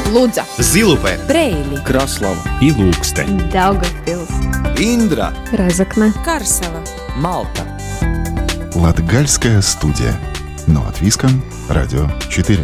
Лудза, Зилупе, Бреили, Краслава и Лукстē, Daugavpils, Индра, Разокне, Карсела, Малта. Латгальская студия. Но от Виском, Радио 4.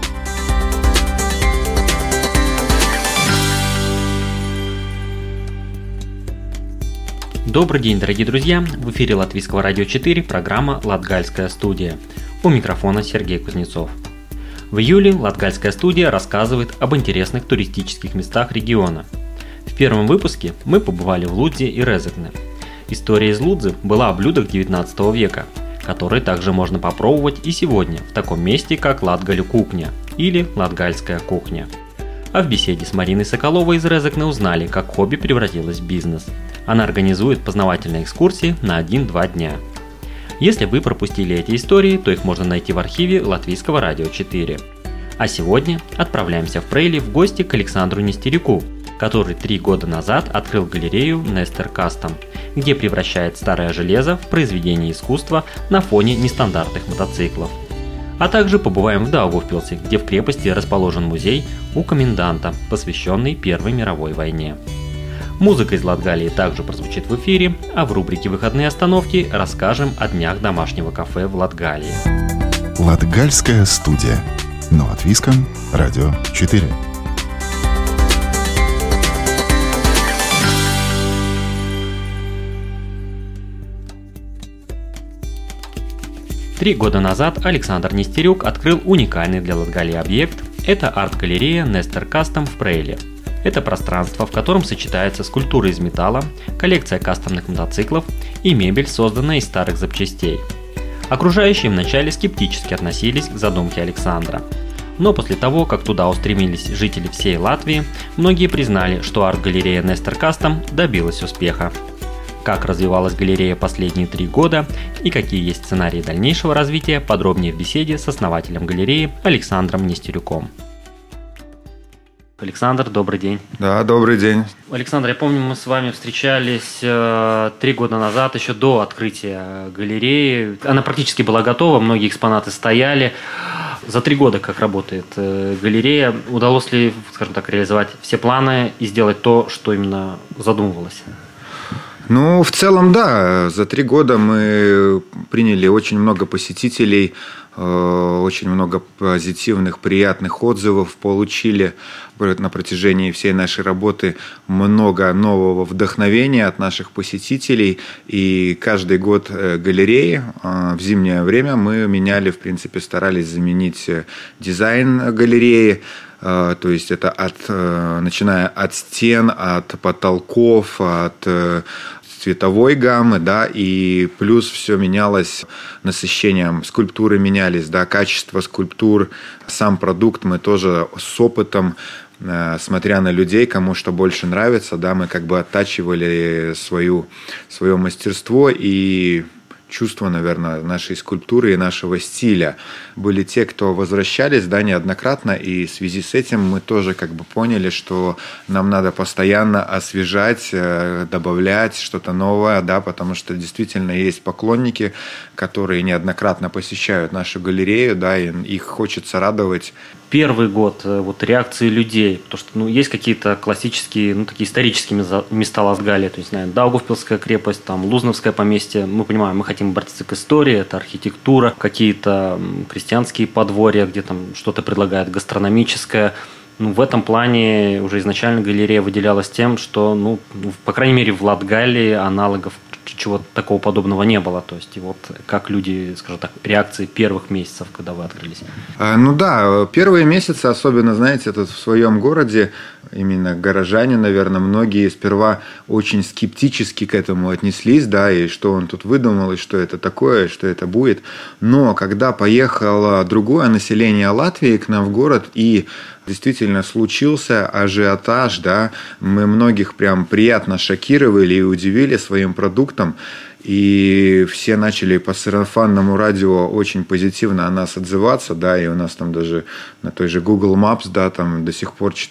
Добрый день, дорогие друзья! В эфире Латвийского радио 4, программа «Латгальская студия». У микрофона Сергей Кузнецов. В июле Латгальская студия рассказывает об интересных туристических местах региона. В первом выпуске мы побывали в Лудзе и Резекне. История из Лудзы была о блюдах 19 века, которые также можно попробовать и сегодня в таком месте, как Латгалю кухня или Латгальская кухня. А в беседе с Мариной Соколовой из Резекне узнали, как хобби превратилось в бизнес. Она организует познавательные экскурсии на 1-2 дня. Если вы пропустили эти истории, то их можно найти в архиве Латвийского радио 4. А сегодня отправляемся в Прейли в гости к Александру Нестерюку, который 3 года назад открыл галерею Nester Custom, где превращает старое железо в произведение искусства на фоне нестандартных мотоциклов. А также побываем в Даугавпилсе, где в крепости расположен музей у коменданта, посвященный Первой мировой войне. Музыка из Латгалии также прозвучит в эфире, а в рубрике «Выходные остановки» расскажем о днях домашнего кафе в Латгалии. Латгальская студия. Но от Виском, Радио 4. Три года назад Александр Нестерюк открыл уникальный для Латгалии объект – это арт-галерея Nester Custom в Прейле. Это пространство, в котором сочетается скульптура из металла, коллекция кастомных мотоциклов и мебель, созданная из старых запчастей. Окружающие вначале скептически относились к задумке Александра. Но после того, как туда устремились жители всей Латвии, многие признали, что арт-галерея Nester Custom добилась успеха. Как развивалась галерея последние 3 года и какие есть сценарии дальнейшего развития, подробнее в беседе с основателем галереи Александром Нестерюком. Александр, добрый день. Да, добрый день. Александр, я помню, мы с вами встречались 3 года назад, еще до открытия галереи. Она практически была готова, многие экспонаты стояли. За 3 года, как работает галерея, удалось ли, скажем так, реализовать все планы и сделать то, что именно задумывалось? Ну, в целом, да. За 3 года мы приняли очень много посетителей, очень много позитивных, приятных отзывов получили на протяжении всей нашей работы, много нового вдохновения от наших посетителей. И каждый год галереи в зимнее время мы меняли, в принципе, старались заменить дизайн галереи. То есть это начиная от стен, от потолков, от цветовой гаммы, да, и плюс все менялось насыщением, скульптуры менялись, да, качество скульптур, сам продукт мы тоже с опытом, смотря на людей, кому что больше нравится, да, мы как бы оттачивали свое мастерство и чувство, наверное, нашей скульптуры и нашего стиля. Были те, кто возвращались, да, неоднократно, и в связи с этим мы тоже как бы поняли, что нам надо постоянно освежать, добавлять что-то новое, да, потому что действительно есть поклонники, которые неоднократно посещают нашу галерею, да, и их хочется радовать. Первый год вот реакции людей, потому что есть какие-то классические, такие исторические места Латгалии, то есть, наверное, Даугавпилская крепость, там Лузновское поместье. Мы понимаем, мы хотим обратиться к истории, это архитектура, какие-то крестьянские подворья, где там что-то предлагают гастрономическое. В этом плане уже изначально галерея выделялась тем, что, по крайней мере, в Латгалии аналогов чего-то такого подобного не было. То есть, и вот как люди, скажем так, реакции первых месяцев, когда вы открылись? Ну да, первые месяцы, особенно, знаете, в своем городе, именно горожане, наверное, многие сперва очень скептически к этому отнеслись, да, и что он тут выдумал, и что это такое, что это будет. Но когда поехало другое население Латвии к нам в город, и действительно случился ажиотаж, да, мы многих прям приятно шокировали и удивили своим продуктом. и все начали по сарафанному радио очень позитивно о нас отзываться, да, и у нас там даже на той же Google Maps, да, там до сих пор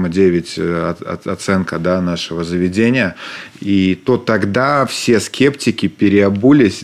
4,9 оценка, да, нашего заведения. И то тогда все скептики переобулись,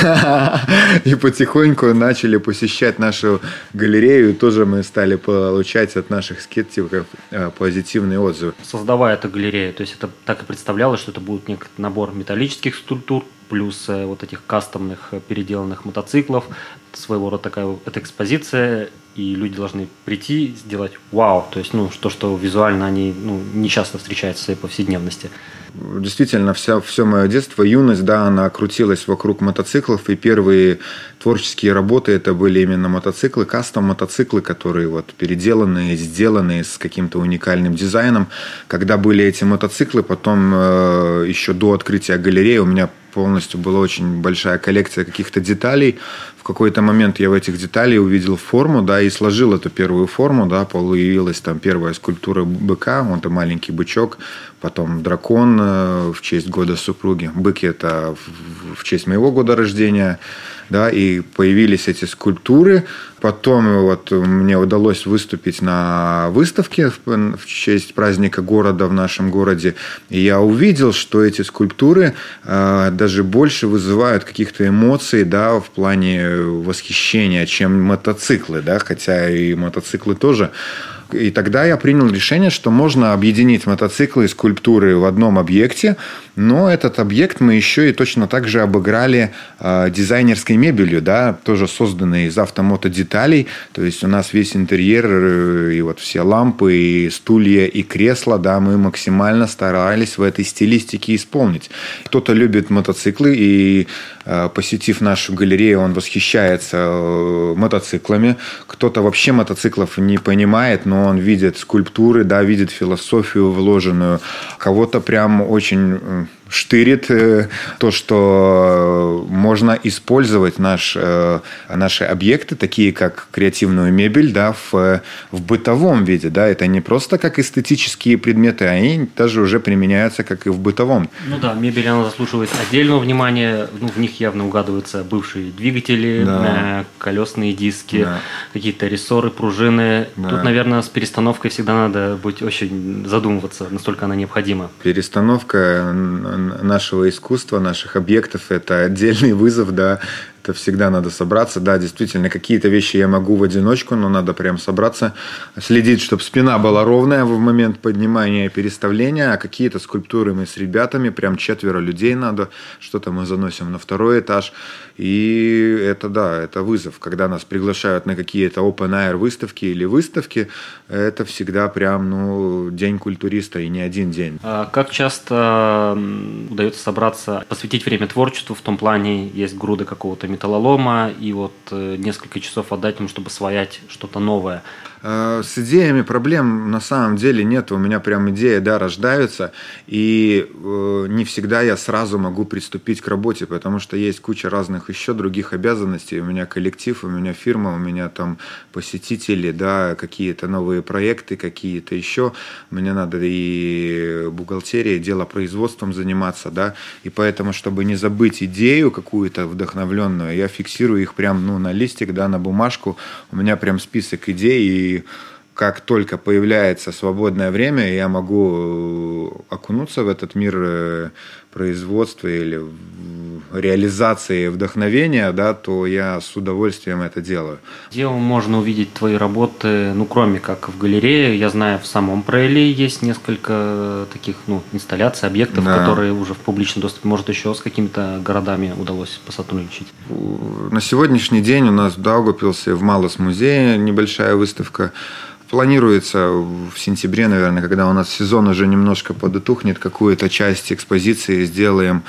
да, и потихоньку начали посещать нашу галерею, и тоже мы стали получать от наших скептиков позитивные отзывы. Создавая эту галерею, то есть это так и представлялось, что это будет некий набор металлических скульптур, плюс вот этих кастомных переделанных мотоциклов, своего рода такая вот экспозиция, и люди должны прийти, сделать вау, то есть, то, что визуально они не часто встречаются в своей повседневности. Действительно, все мое детство, юность, да, она крутилась вокруг мотоциклов, и первые творческие работы это были именно мотоциклы, кастом-мотоциклы, которые вот переделанные, сделанные с каким-то уникальным дизайном. Когда были эти мотоциклы, потом еще до открытия галереи у меня полностью была очень большая коллекция каких-то деталей. В какой-то момент я в этих деталях увидел форму, да, и сложил эту первую форму, да, появилась там первая скульптура быка, он там маленький бычок, потом дракон в честь года супруги, бык это в честь моего года рождения, да, и появились эти скульптуры. Потом вот мне удалось выступить на выставке в честь праздника города в нашем городе. И я увидел, что эти скульптуры даже больше вызывают каких-то эмоций, да, в плане восхищения, чем мотоциклы, да, хотя и мотоциклы тоже. И тогда я принял решение, что можно объединить мотоциклы и скульптуры в одном объекте, но этот объект мы еще и точно так же обыграли дизайнерской мебелью, да, тоже созданной из автомотодеталей. То есть у нас весь интерьер и вот все лампы, и стулья, и кресла, да, мы максимально старались в этой стилистике исполнить. Кто-то любит мотоциклы, и посетив нашу галерею, он восхищается мотоциклами. Кто-то вообще мотоциклов не понимает, но он видит скульптуры, да, видит философию вложенную. Кого-то прям очень штырит то, что можно использовать наши объекты, такие как креативную мебель, да, в бытовом виде. Да. Это не просто как эстетические предметы, они даже уже применяются как и в бытовом. Ну да, мебель, она заслуживает отдельного внимания. В них явно угадываются бывшие двигатели, да, колесные диски, да, какие-то рессоры, пружины. Да. Тут, наверное, с перестановкой всегда надо быть очень задумываться, настолько она необходима. Перестановка нашего искусства, наших объектов – это отдельный вызов, да, это всегда надо собраться. Да, действительно, какие-то вещи я могу в одиночку, но надо прям собраться, следить, чтобы спина была ровная в момент поднимания и переставления, а какие-то скульптуры мы с ребятами, прям 4 людей надо, что-то мы заносим на 2-й этаж, и это, да, это вызов. Когда нас приглашают на какие-то open-air выставки или выставки, это всегда прям, день культуриста, и не один день. А как часто удается собраться, посвятить время творчеству, в том плане, есть груды какого-то металлолома, и вот несколько часов отдать ему, чтобы своять что-то новое? С идеями проблем на самом деле нет. У меня прям идеи, да, рождаются, и не всегда я сразу могу приступить к работе, потому что есть куча разных еще других обязанностей. У меня коллектив, у меня фирма, у меня там посетители, да, какие-то новые проекты, какие-то еще. Мне надо и бухгалтерией, делопроизводством заниматься, да, и поэтому, чтобы не забыть идею какую-то вдохновленную, я фиксирую их прям, на листик, да, на бумажку. У меня прям список идей, и как только появляется свободное время, я могу окунуться в этот мир производства или реализации вдохновения, да, то я с удовольствием это делаю. Где можно увидеть твои работы, кроме как в галерее? Я знаю, в самом Прайле есть несколько таких инсталляций, объектов, да, которые уже в публичном доступе. Может, еще с какими-то городами удалось посотрудничать? На сегодняшний день у нас в Даугавпилсе в Малос-музее небольшая выставка. Планируется в сентябре, наверное, когда у нас сезон уже немножко подутухнет, какую-то часть экспозиции сделаем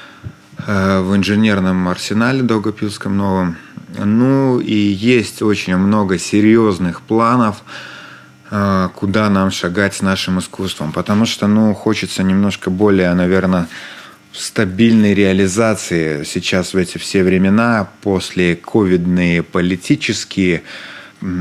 в инженерном арсенале Даугавпилском новом. И есть очень много серьезных планов, куда нам шагать с нашим искусством. Потому что, хочется немножко более, наверное, стабильной реализации сейчас в эти все времена, после ковидные политические,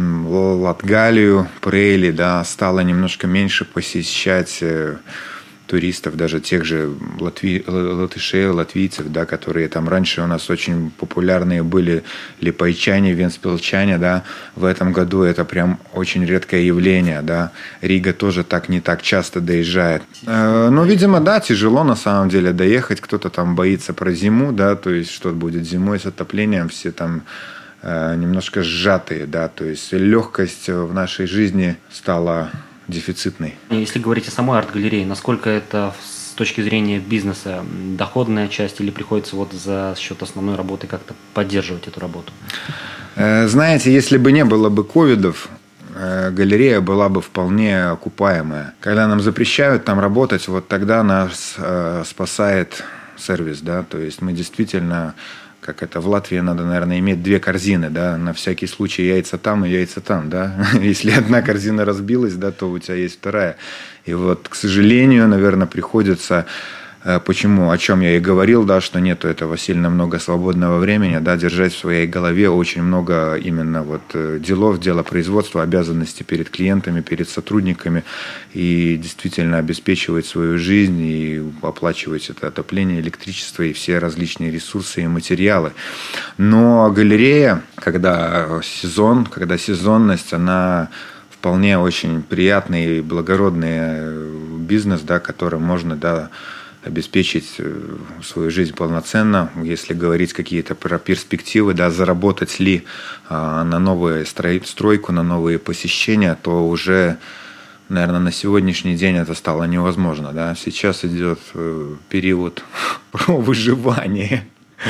Латгалию, Прейли, да, стало немножко меньше посещать туристов, даже тех же латышей, латвийцев, да, которые там раньше у нас очень популярные были липайчане, вентспилчане, да, в этом году это прям очень редкое явление, да. Рига тоже не так часто доезжает. Но, видимо, да, тяжело на самом деле доехать, кто-то там боится про зиму, да, то есть что будет зимой с отоплением, все там немножко сжатые, да, то есть легкость в нашей жизни стала дефицитной. Если говорить о самой арт-галерее, насколько это с точки зрения бизнеса доходная часть или приходится за счет основной работы как-то поддерживать эту работу? Знаете, если бы не было бы ковидов, галерея была бы вполне окупаемая. Когда нам запрещают там работать, вот тогда нас спасает сервис, да, то есть мы действительно... Как это в Латвии надо, наверное, иметь 2 корзины, да, на всякий случай яйца там и яйца там, да. Если одна корзина разбилась, да, то у тебя есть вторая. И вот, к сожалению, наверное, приходится... Почему? О чем я и говорил, да, что нету этого сильно много свободного времени, да, держать в своей голове очень много именно делов, делопроизводства, обязанностей перед клиентами, перед сотрудниками и действительно обеспечивать свою жизнь и оплачивать это отопление, электричество и все различные ресурсы и материалы. Но галерея, когда сезонность, она вполне очень приятный и благородный бизнес, да, которым можно, да, обеспечить свою жизнь полноценно, если говорить какие-то про перспективы, да, заработать ли на новую стройку, на новые посещения, то уже, наверное, на сегодняшний день это стало невозможно. Да. Сейчас идет период про выживание,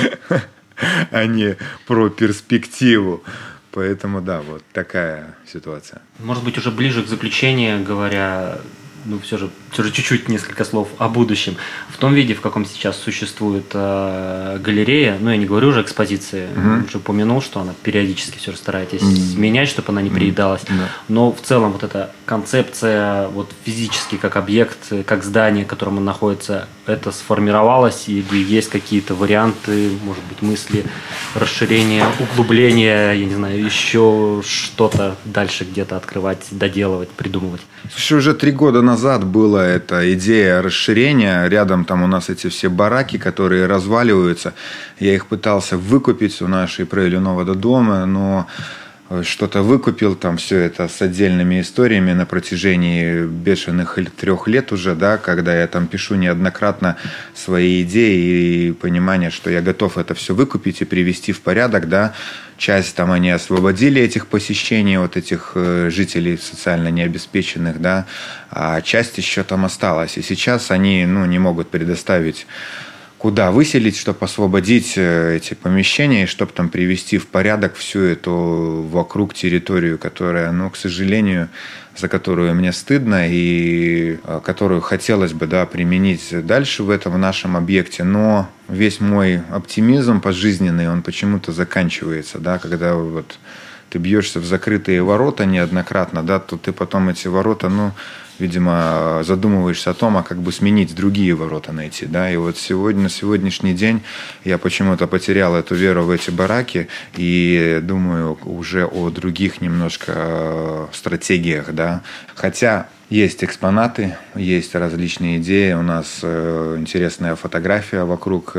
а не про перспективу. Поэтому, да, вот такая ситуация. Может быть, уже ближе к заключению, говоря... все же чуть-чуть несколько слов о будущем. В том виде, в каком сейчас существует галерея, я не говорю уже экспозиции, уже упомянул, что она периодически все стараетесь менять, чтобы она не приедалась, но в целом вот эта концепция физически как объект, как здание, в котором он находится, это сформировалось или есть какие-то варианты, может быть, мысли, расширения, углубления, я не знаю, еще что-то дальше где-то открывать, доделывать, придумывать? Слушай, уже 3 года назад была эта идея расширения. Рядом там у нас эти все бараки, которые разваливаются. Я их пытался выкупить у нашей проекта Нового дома, но что-то выкупил там все это с отдельными историями на протяжении бешеных 3 лет уже, да, когда я там пишу неоднократно свои идеи и понимание, что я готов это все выкупить и привести в порядок, да. Часть там они освободили этих посещений, этих жителей социально необеспеченных, да, а часть еще там осталась. И сейчас они, не могут предоставить, куда выселить, чтобы освободить эти помещения, и чтобы там привести в порядок всю эту вокруг территорию, которая, к сожалению, за которую мне стыдно и которую хотелось бы, да, применить дальше в этом нашем объекте. Но весь мой оптимизм пожизненный, он почему-то заканчивается, да, когда ты бьешься в закрытые ворота неоднократно, да, то ты потом эти ворота, видимо, задумываешься о том, как бы сменить другие ворота найти, да, и на сегодняшний день я почему-то потерял эту веру в эти бараки и думаю уже о других немножко стратегиях, да, хотя есть экспонаты, есть различные идеи. У нас интересная фотография вокруг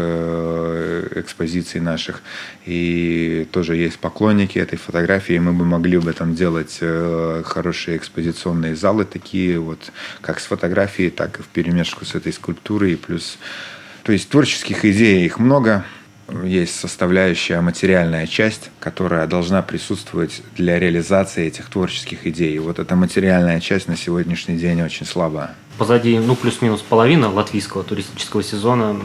экспозиций наших. И тоже есть поклонники этой фотографии. Мы бы могли в этом делать хорошие экспозиционные залы, такие как с фотографией, так и вперемешку с этой скульптурой. И плюс, то есть творческих идей их много. Есть составляющая материальная часть, которая должна присутствовать для реализации этих творческих идей. И эта материальная часть на сегодняшний день очень слабая. Позади, плюс-минус половина латвийского туристического сезона,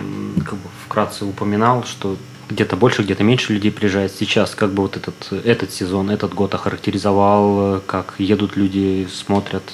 вкратце упоминал, что где-то больше, где-то меньше людей приезжает. Сейчас этот сезон, этот год охарактеризовал, как едут люди, смотрят.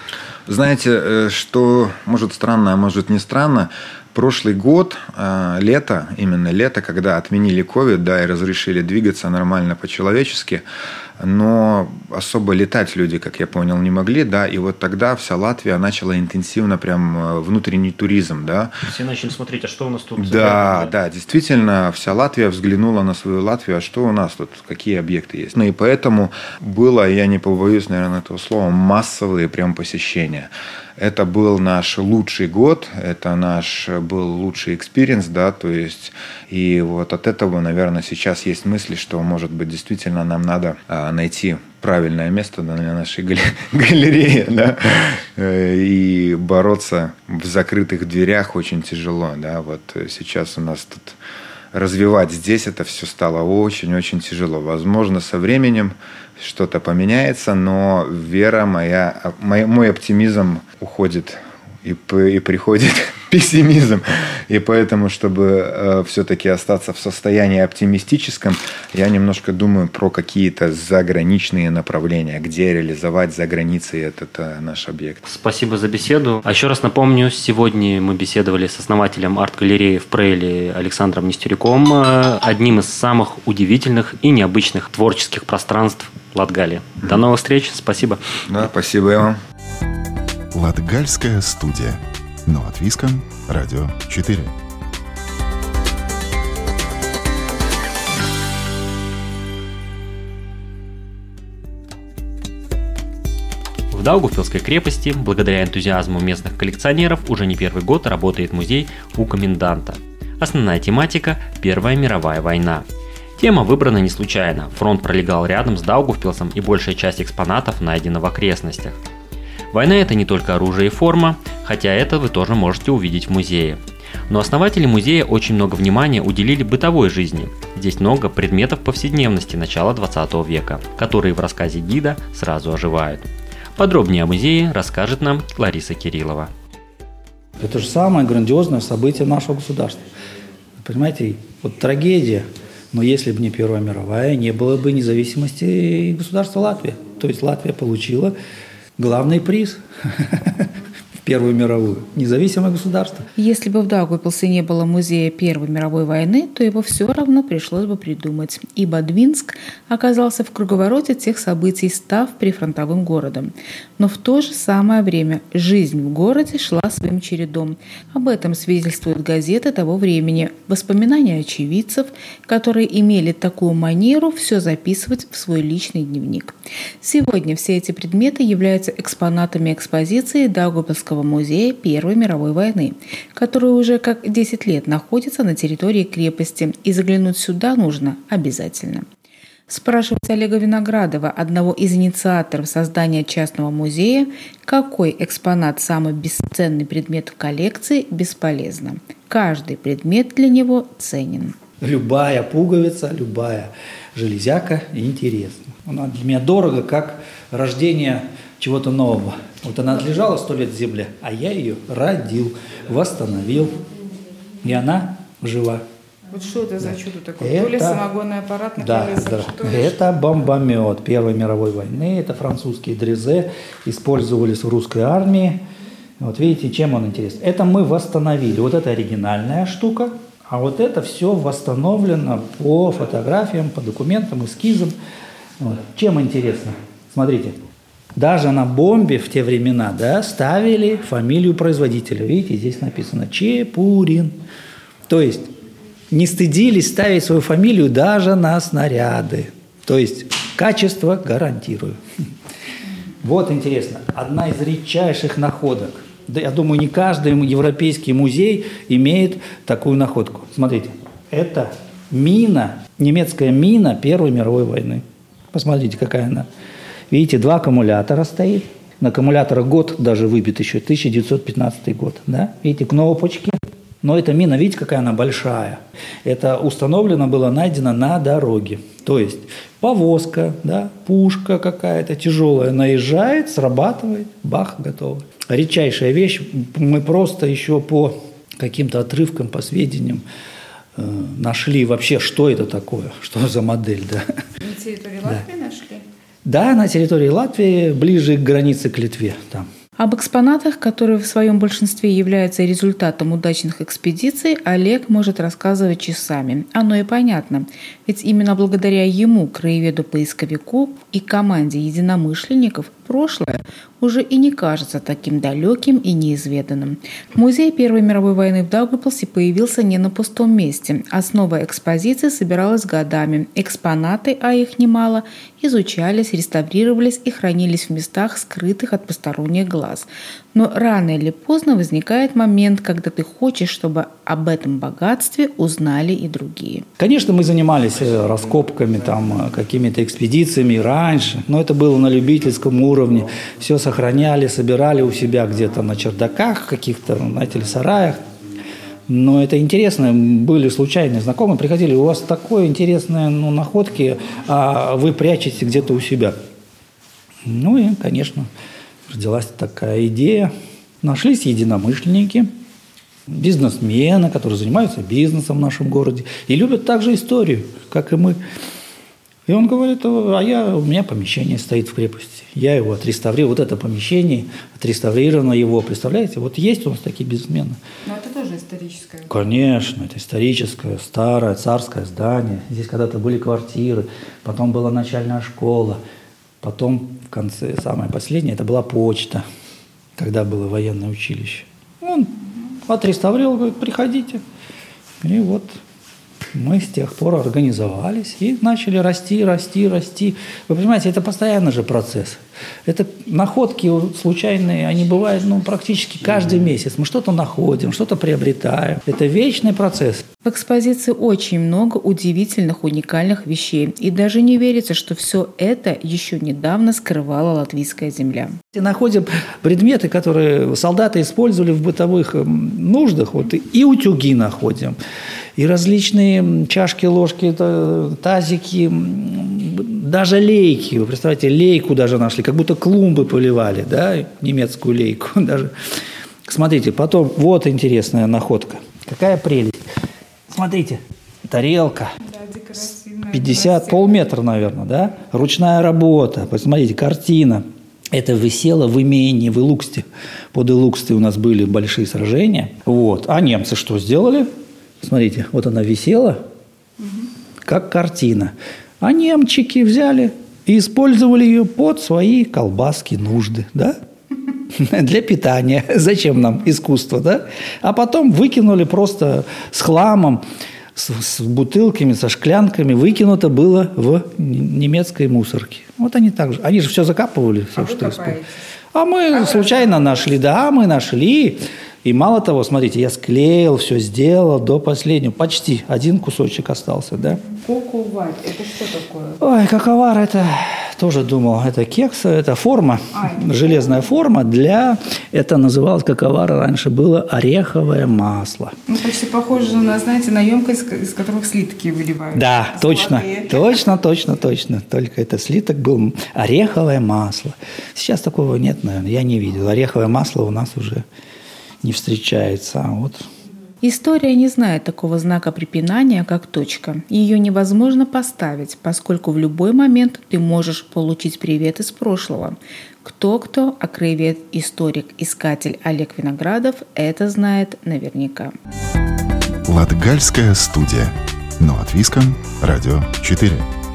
Знаете, что может странно, а может не странно, прошлый год, именно лето, когда отменили ковид, да, и разрешили двигаться нормально по-человечески, но особо летать люди, как я понял, не могли, да, и вот тогда вся Латвия начала интенсивно прям внутренний туризм, да. Все начали смотреть, а что у нас тут? Да, действительно, вся Латвия взглянула на свою Латвию, а что у нас тут, какие объекты есть. Ну и поэтому было, я не побоюсь, наверное, этого слова, массовые прям посещения. Это был наш лучший год, это наш был лучший экспириенс, да, то есть, и вот от этого, наверное, сейчас есть мысли, что, может быть, действительно нам надо найти правильное место для нашей галереи, да, и бороться в закрытых дверях очень тяжело, да, вот сейчас у нас тут развивать здесь это все стало очень-очень тяжело. Возможно, со временем что-то поменяется, но вера моя, мой оптимизм уходит и приходит пессимизм. И поэтому, чтобы все-таки остаться в состоянии оптимистическом, я немножко думаю про какие-то заграничные направления, где реализовать за границей этот наш объект. Спасибо за беседу. А еще раз напомню, сегодня мы беседовали с основателем арт-галереи в Прейле Александром Нестерюком, одним из самых удивительных и необычных творческих пространств Латгалии. До новых встреч. Спасибо. Да, спасибо и вам. Латгальская студия. На Латвийском радио 4. В Даугавпилской крепости, благодаря энтузиазму местных коллекционеров, уже не первый год работает музей у коменданта. Основная тематика – Первая мировая война. Тема выбрана не случайно. Фронт пролегал рядом с Даугавпилсом, и большая часть экспонатов найдена в окрестностях. Война – это не только оружие и форма, хотя это вы тоже можете увидеть в музее. Но основатели музея очень много внимания уделили бытовой жизни. Здесь много предметов повседневности начала 20 века, которые в рассказе гида сразу оживают. Подробнее о музее расскажет нам Лариса Кириллова. Это же самое грандиозное событие нашего государства. Понимаете, вот трагедия. Но если бы не Первая мировая, не было бы независимости государства Латвии. То есть Латвия получила главный приз в Первую мировую – независимое государство. Если бы в Даугавпилсе не было музея Первой мировой войны, то его все равно пришлось бы придумать, ибо Двинск оказался в круговороте тех событий, став прифронтовым городом. Но в то же самое время жизнь в городе шла своим чередом. Об этом свидетельствуют газеты того времени, воспоминания очевидцев, которые имели такую манеру все записывать в свой личный дневник. Сегодня все эти предметы являются экспонатами экспозиции Даугавпилского музея Первой мировой войны, который уже как 10 лет находится на территории крепости, и заглянуть сюда нужно обязательно. Спрашивать Олега Виноградова, одного из инициаторов создания частного музея, какой экспонат самый бесценный предмет в коллекции, бесполезно. Каждый предмет для него ценен. Любая пуговица, любая железяка интересна. Она для меня дорого, как рождение чего-то нового. Вот она лежала 100 лет в земле, а я ее родил, восстановил, и она жива. Вот что это за чудо такое? То ли самогонный аппарат на колесах, что ли? Это бомбомет Первой мировой войны, это французские дрезе, использовались в русской армии. Вот видите, чем он интересен. Это мы восстановили. Вот это оригинальная штука, а вот это все восстановлено по фотографиям, по документам, эскизам. Вот. Чем интересно? Смотрите. Даже на бомбе в те времена, да, ставили фамилию производителя. Видите, здесь написано Чепурин. То есть не стыдились ставить свою фамилию даже на снаряды. То есть качество гарантирую. Вот интересно. Одна из редчайших находок. Да, я думаю, не каждый европейский музей имеет такую находку. Смотрите, это мина, немецкая мина Первой мировой войны. Посмотрите, какая она. Видите, 2 аккумулятора стоит. На аккумуляторах год даже выбит еще, 1915 год. Да? Видите, кнопочки. Но эта мина, видите, какая она большая. Это установлено было, найдено на дороге. То есть повозка, да, пушка какая-то тяжелая наезжает, срабатывает, бах, готово. Редчайшая вещь. Мы просто еще по каким-то отрывкам, по сведениям нашли вообще, что это такое, что за модель. Да. На территории Латвии нашли? Да, на территории Латвии, ближе к границе к Литве. Там. Об экспонатах, которые в своем большинстве являются результатом удачных экспедиций, Олег может рассказывать часами. Оно и понятно. Ведь именно благодаря ему, краеведу-поисковику и команде единомышленников, прошлое уже и не кажется таким далеким и неизведанным. Музей Первой мировой войны в Даугавпилсе появился не на пустом месте. Основа экспозиции собиралась годами. Экспонаты, а их немало, изучались, реставрировались и хранились в местах, скрытых от посторонних глаз. Но рано или поздно возникает момент, когда ты хочешь, чтобы об этом богатстве узнали и другие. Конечно, мы занимались раскопками, какими-то экспедициями раньше, но это было на любительском уровне. Все сохраняли, собирали у себя где-то на чердаках, каких-то, сараях. Но это интересно. Были случайные знакомые, приходили, у вас такое интересное находки, а вы прячете где-то у себя. И, конечно, родилась такая идея. Нашлись единомышленники, бизнесмены, которые занимаются бизнесом в нашем городе и любят также историю, как и мы. И он говорит, у меня помещение стоит в крепости. Я его отреставрировал. Вот это помещение, отреставрировано его. Представляете? Вот есть у нас такие бизнесмены. Но это тоже историческое. Конечно, это историческое, старое, царское здание. Здесь когда-то были квартиры, потом была начальная школа, потом в конце, самое последнее, это была почта, когда было военное училище. Он отреставрировал, говорит, приходите. И вот мы с тех пор организовались и начали расти. Вы понимаете, это постоянно же процесс. Это находки случайные, они бывают практически каждый месяц. Мы что-то находим, что-то приобретаем. Это вечный процесс. В экспозиции очень много удивительных, уникальных вещей. И даже не верится, что все это еще недавно скрывала латвийская земля. Находим предметы, которые солдаты использовали в бытовых нуждах. И утюги находим, и различные чашки, ложки, тазики, даже лейки. Вы представляете, лейку даже нашли, как будто клумбы поливали, немецкую лейку. Даже. Смотрите, потом, вот интересная находка. Какая прелесть. Смотрите, тарелка. 50, полметра, наверное, ручная работа. Посмотрите, картина. Это висело в имении в Илуксте. Под Илукстой у нас были большие сражения. А немцы что сделали? Смотрите, вот она висела, как картина. А немчики взяли и использовали ее под свои колбаски нужды, для питания. Зачем нам искусство, А потом выкинули просто с хламом, с бутылками, со шклянками. Выкинуто было в немецкой мусорке. Вот они так же. Они же все закапывали. Все, что использовали. А мы случайно нашли. Мы нашли. И мало того, смотрите, я склеил, все сделал до последнего. Почти один кусочек остался, Коковар, это что такое? Ой, коковар, это тоже думал, это кекс, это форма, железная форма это называлось коковар, раньше было ореховое масло. Почти похоже на емкость, из которых слитки выливают. Да, точно. Только это слиток был ореховое масло. Сейчас такого нет, наверное, я не видел. Ореховое масло у нас уже не встречается. История не знает такого знака препинания, как точка. Ее невозможно поставить, поскольку в любой момент ты можешь получить привет из прошлого. Кто, а краевед, историк, искатель Олег Виноградов это знает наверняка. Латгальская студия. На Латвийском радио 4.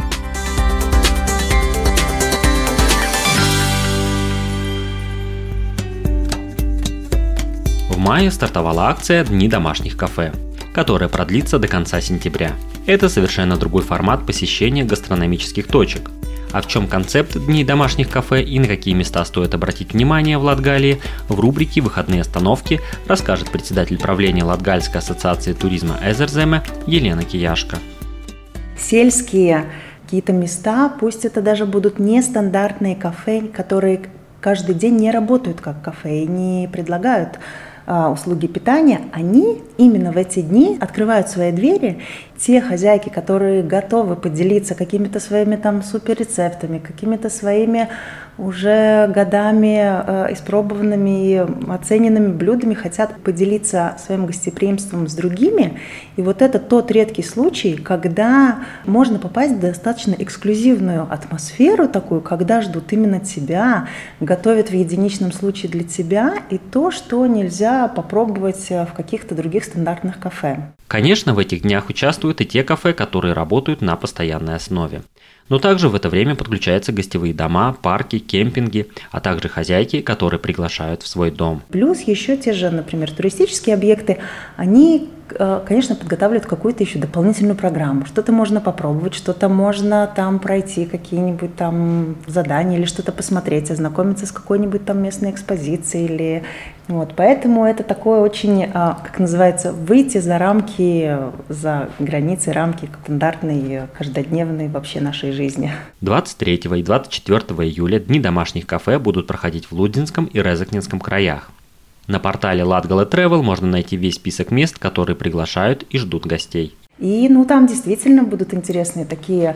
В мае стартовала акция «Дни домашних кафе», которая продлится до конца сентября. Это совершенно другой формат посещения гастрономических точек. А в чем концепт Дней домашних кафе и на какие места стоит обратить внимание в Латгалии, в рубрике «Выходные остановки» расскажет председатель правления Латгальской ассоциации туризма Эзерземе Елена Кияшко. Сельские какие-то места, пусть это даже будут нестандартные кафе, которые каждый день не работают как кафе и не предлагают услуги питания, они именно в эти дни открывают свои двери. Те хозяйки, которые готовы поделиться какими-то своими суперрецептами, какими-то своими уже годами испробованными и оцененными блюдами хотят поделиться своим гостеприимством с другими. И вот это тот редкий случай, когда можно попасть в достаточно эксклюзивную атмосферу такую, когда ждут именно тебя, готовят в единичном случае для тебя, и то, что нельзя попробовать в каких-то других стандартных кафе. Конечно, в этих днях участвуют и те кафе, которые работают на постоянной основе. Но также в это время подключаются гостевые дома, парки, кемпинги, а также хозяйки, которые приглашают в свой дом. Плюс еще те же, например, туристические объекты, они, конечно, подготавливают какую-то еще дополнительную программу. Что-то можно попробовать, что-то можно там пройти, какие-нибудь там задания или что-то посмотреть, ознакомиться с какой-нибудь там местной экспозицией. Или... Вот. Поэтому это такое очень, как называется, выйти за рамки, за границы, рамки стандартной, каждодневной вообще нашей жизни. 23 и 24 июля Дни домашних кафе будут проходить в Лудзинском и Резакненском краях. На портале Latgale Travel можно найти весь список мест, которые приглашают и ждут гостей. И там действительно будут интересные такие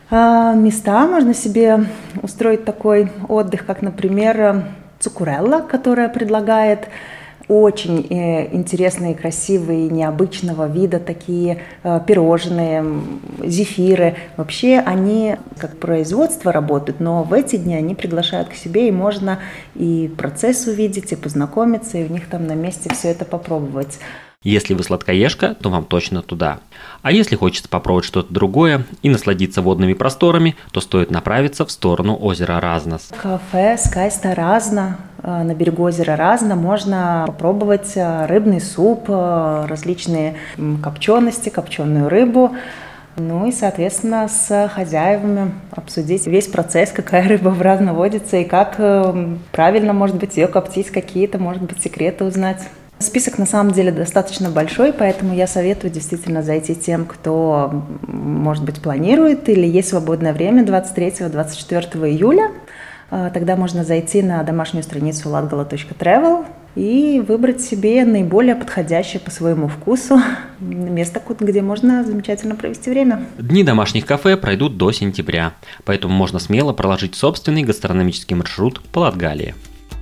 места. Можно себе устроить такой отдых, как, например, Цукурелла, которая предлагает очень интересные, красивые, необычного вида такие пирожные, зефиры. Вообще они как производство работают, но в эти дни они приглашают к себе, и можно и процесс увидеть, и познакомиться, и у них там на месте все это попробовать. Если вы сладкоежка, то вам точно туда. А если хочется попробовать что-то другое и насладиться водными просторами, то стоит направиться в сторону озера Разнос. Кафе Скайста Разна на берегу озера Разна можно попробовать рыбный суп, различные копчености, копченую рыбу. И, соответственно, с хозяевами обсудить весь процесс, какая рыба в Разно водится и как правильно, может быть, ее коптить, какие-то, может быть, секреты узнать. Список на самом деле достаточно большой, поэтому я советую действительно зайти тем, кто, может быть, планирует или есть свободное время 23-24 июля. Тогда можно зайти на домашнюю страницу latgale.travel и выбрать себе наиболее подходящее по своему вкусу место, где можно замечательно провести время. Дни домашних кафе пройдут до сентября, поэтому можно смело проложить собственный гастрономический маршрут по Латгалии.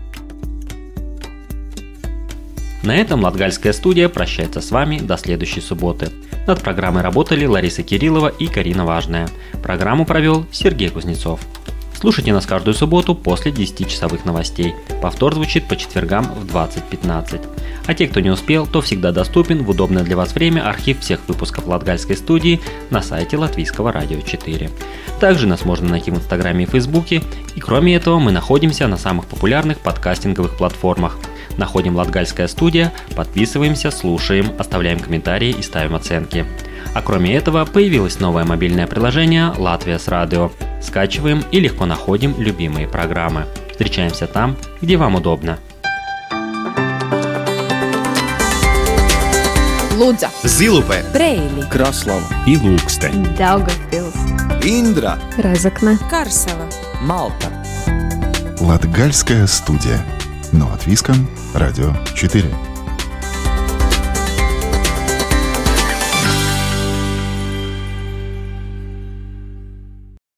На этом Латгальская студия прощается с вами до следующей субботы. Над программой работали Лариса Кириллова и Карина Важная. Программу провел Сергей Кузнецов. Слушайте нас каждую субботу после 10-часовых новостей. Повтор звучит по четвергам в 20:15. А те, кто не успел, то всегда доступен в удобное для вас время архив всех выпусков Латгальской студии на сайте Латвийского радио 4. Также нас можно найти в Инстаграме и Фейсбуке. И кроме этого мы находимся на самых популярных подкастинговых платформах. Находим Латгальская студия, подписываемся, слушаем, оставляем комментарии и ставим оценки. А кроме этого появилось новое мобильное приложение «Латвия с радио». Скачиваем и легко находим любимые программы. Встречаемся там, где вам удобно. Лудза, Зилупе, Брейли, Краслава и Ilūkste, Daugavpils, Индра, Разокна, Карсела, Малта. Латгальская студия. На Латвийском радио 4.